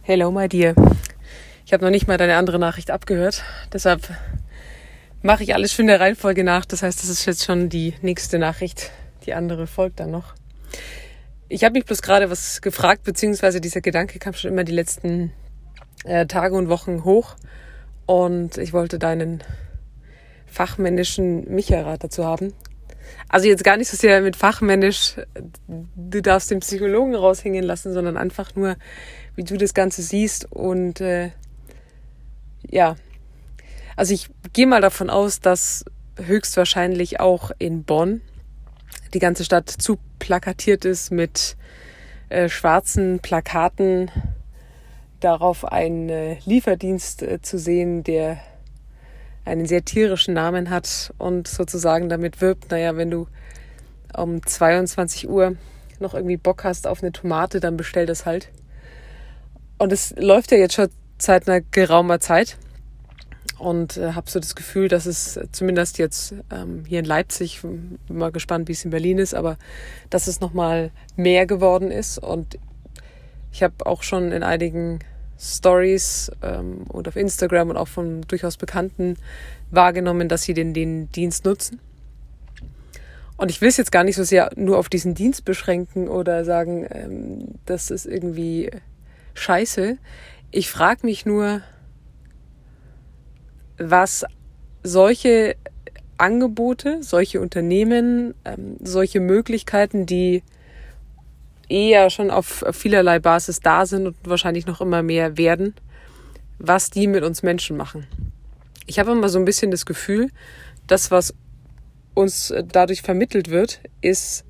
Hello, my dear. Ich habe noch nicht mal deine andere Nachricht abgehört. Deshalb mache ich alles schön der Reihenfolge nach. Das heißt, das ist jetzt schon die nächste Nachricht. Die andere folgt dann noch. Ich habe mich bloß gerade was gefragt, beziehungsweise dieser Gedanke kam schon immer die letzten Tage und Wochen hoch. Und ich wollte deinen fachmännischen Micha-Rat dazu haben. Also jetzt gar nicht so sehr mit fachmännisch, du darfst den Psychologen raushängen lassen, sondern einfach nur, wie du das Ganze siehst. Und also ich gehe mal davon aus, dass höchstwahrscheinlich auch in Bonn die ganze Stadt zu plakatiert ist mit schwarzen Plakaten, darauf ein Lieferdienst zu sehen, der einen sehr tierischen Namen hat und sozusagen damit wirbt, wenn du um 22 Uhr noch irgendwie Bock hast auf eine Tomate, dann bestell das halt. Und es läuft ja jetzt schon seit einer geraumer Zeit und habe so das Gefühl, dass es zumindest jetzt hier in Leipzig, bin mal gespannt, wie es in Berlin ist, aber dass es nochmal mehr geworden ist. Und ich habe auch schon in einigen Stories und auf Instagram und auch von durchaus Bekannten wahrgenommen, dass sie den Dienst nutzen. Und ich will es jetzt gar nicht so sehr nur auf diesen Dienst beschränken oder sagen, das ist irgendwie scheiße. Ich frage mich nur, was solche Angebote, solche Unternehmen, solche Möglichkeiten, die eher schon auf vielerlei Basis da sind und wahrscheinlich noch immer mehr werden, was die mit uns Menschen machen. Ich habe immer so ein bisschen das Gefühl, das, was uns dadurch vermittelt wird, ist,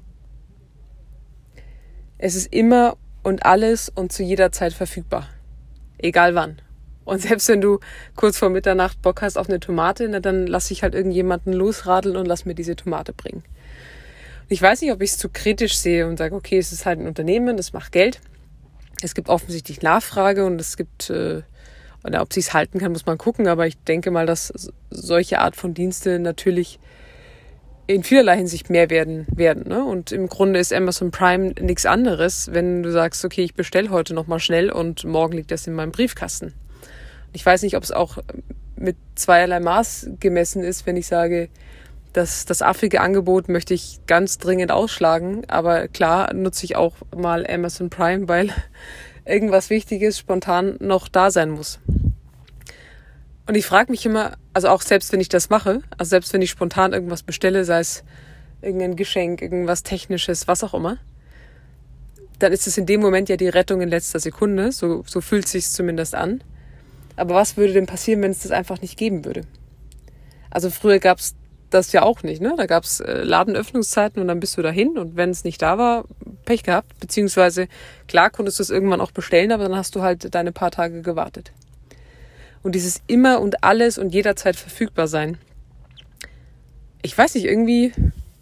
es ist immer und alles und zu jeder Zeit verfügbar. Egal wann. Und selbst wenn du kurz vor Mitternacht Bock hast auf eine Tomate, dann lass ich halt irgendjemanden losradeln und lass mir diese Tomate bringen. Ich weiß nicht, ob ich es zu kritisch sehe und sage, okay, es ist halt ein Unternehmen, das macht Geld. Es gibt offensichtlich Nachfrage und es gibt, oder ob sie es halten kann, muss man gucken. Aber ich denke mal, dass solche Art von Dienste natürlich in vielerlei Hinsicht mehr werden. Ne? Und im Grunde ist Amazon Prime nichts anderes, wenn du sagst, okay, ich bestelle heute nochmal schnell und morgen liegt das in meinem Briefkasten. Ich weiß nicht, ob es auch mit zweierlei Maß gemessen ist, wenn ich sage, das affige Angebot möchte ich ganz dringend ausschlagen. Aber klar nutze ich auch mal Amazon Prime, weil irgendwas Wichtiges spontan noch da sein muss. Und ich frage mich immer, also auch selbst wenn ich das mache, also selbst wenn ich spontan irgendwas bestelle, sei es irgendein Geschenk, irgendwas Technisches, was auch immer, dann ist es in dem Moment ja die Rettung in letzter Sekunde. So fühlt es sich zumindest an. Aber was würde denn passieren, wenn es das einfach nicht geben würde? Also früher gab es das ja auch nicht, ne? Da gab es Ladenöffnungszeiten und dann bist du dahin und wenn es nicht da war, Pech gehabt. Beziehungsweise, klar konntest du es irgendwann auch bestellen, aber dann hast du halt deine paar Tage gewartet. Und dieses immer und alles und jederzeit verfügbar sein. Ich weiß nicht, irgendwie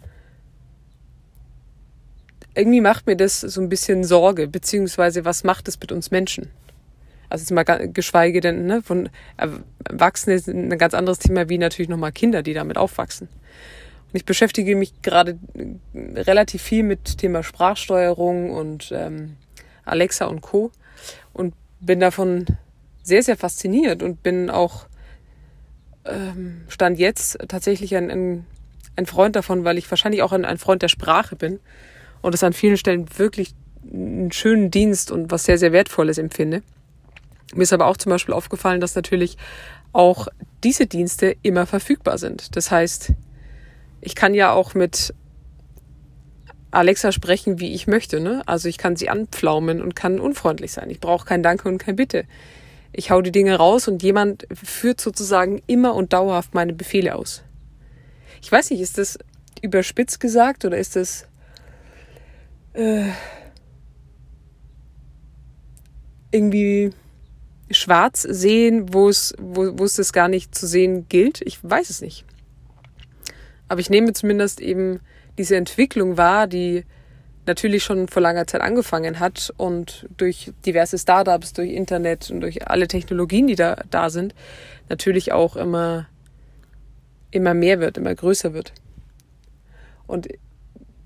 macht mir das so ein bisschen Sorge, beziehungsweise was macht es mit uns Menschen? Also jetzt mal geschweige denn, von Erwachsenen ist ein ganz anderes Thema wie natürlich nochmal Kinder, die damit aufwachsen. Und ich beschäftige mich gerade relativ viel mit Thema Sprachsteuerung und Alexa und Co. und bin davon sehr, sehr fasziniert und bin auch Stand jetzt tatsächlich ein Freund davon, weil ich wahrscheinlich auch ein Freund der Sprache bin und es an vielen Stellen wirklich einen schönen Dienst und was sehr, sehr Wertvolles empfinde. Mir ist aber auch zum Beispiel aufgefallen, dass natürlich auch diese Dienste immer verfügbar sind. Das heißt, ich kann ja auch mit Alexa sprechen, wie ich möchte, ne? Also ich kann sie anpflaumen und kann unfreundlich sein. Ich brauche kein Danke und kein Bitte. Ich hau die Dinge raus und jemand führt sozusagen immer und dauerhaft meine Befehle aus. Ich weiß nicht, ist das überspitzt gesagt oder ist das irgendwie schwarz sehen, wo es das gar nicht zu sehen gilt? Ich weiß es nicht. Aber ich nehme zumindest eben diese Entwicklung wahr, die natürlich schon vor langer Zeit angefangen hat und durch diverse Startups, durch Internet und durch alle Technologien, die da sind, natürlich auch immer mehr wird, immer größer wird. Und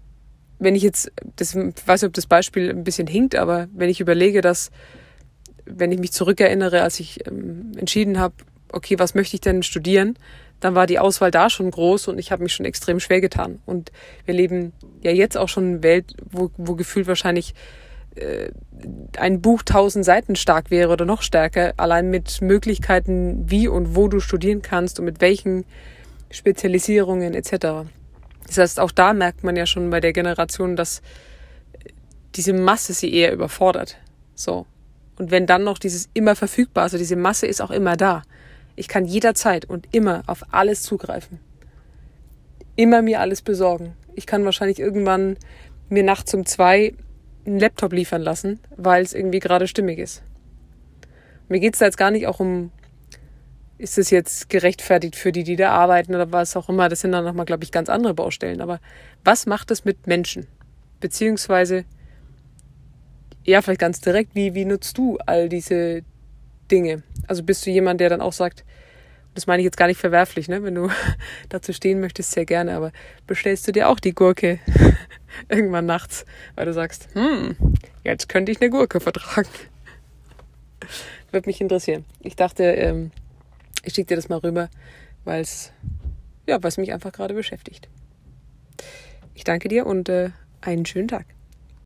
wenn ich jetzt, ich weiß nicht, ob das Beispiel ein bisschen hinkt, aber wenn ich überlege, dass wenn ich mich zurückerinnere, als ich entschieden habe, okay, was möchte ich denn studieren, dann war die Auswahl da schon groß und ich habe mich schon extrem schwer getan. Und wir leben ja jetzt auch schon in einer Welt, wo gefühlt wahrscheinlich ein Buch 1000 Seiten stark wäre oder noch stärker, allein mit Möglichkeiten, wie und wo du studieren kannst und mit welchen Spezialisierungen etc. Das heißt, auch da merkt man ja schon bei der Generation, dass diese Masse sie eher überfordert. So. Und wenn dann noch dieses immer verfügbar, also diese Masse ist auch immer da. Ich kann jederzeit und immer auf alles zugreifen. Immer mir alles besorgen. Ich kann wahrscheinlich irgendwann mir nachts um 2 einen Laptop liefern lassen, weil es irgendwie gerade stimmig ist. Mir geht es da jetzt gar nicht auch um, ist es jetzt gerechtfertigt für die da arbeiten oder was auch immer. Das sind dann nochmal, glaube ich, ganz andere Baustellen. Aber was macht das mit Menschen? Beziehungsweise, ja, vielleicht ganz direkt, wie nutzt du all diese Dinge? Also bist du jemand, der dann auch sagt, das meine ich jetzt gar nicht verwerflich, ne? Wenn du dazu stehen möchtest, sehr gerne, aber bestellst du dir auch die Gurke irgendwann nachts, weil du sagst, jetzt könnte ich eine Gurke vertragen. Würde mich interessieren. Ich dachte, ich schicke dir das mal rüber, weil es mich einfach gerade beschäftigt. Ich danke dir und einen schönen Tag.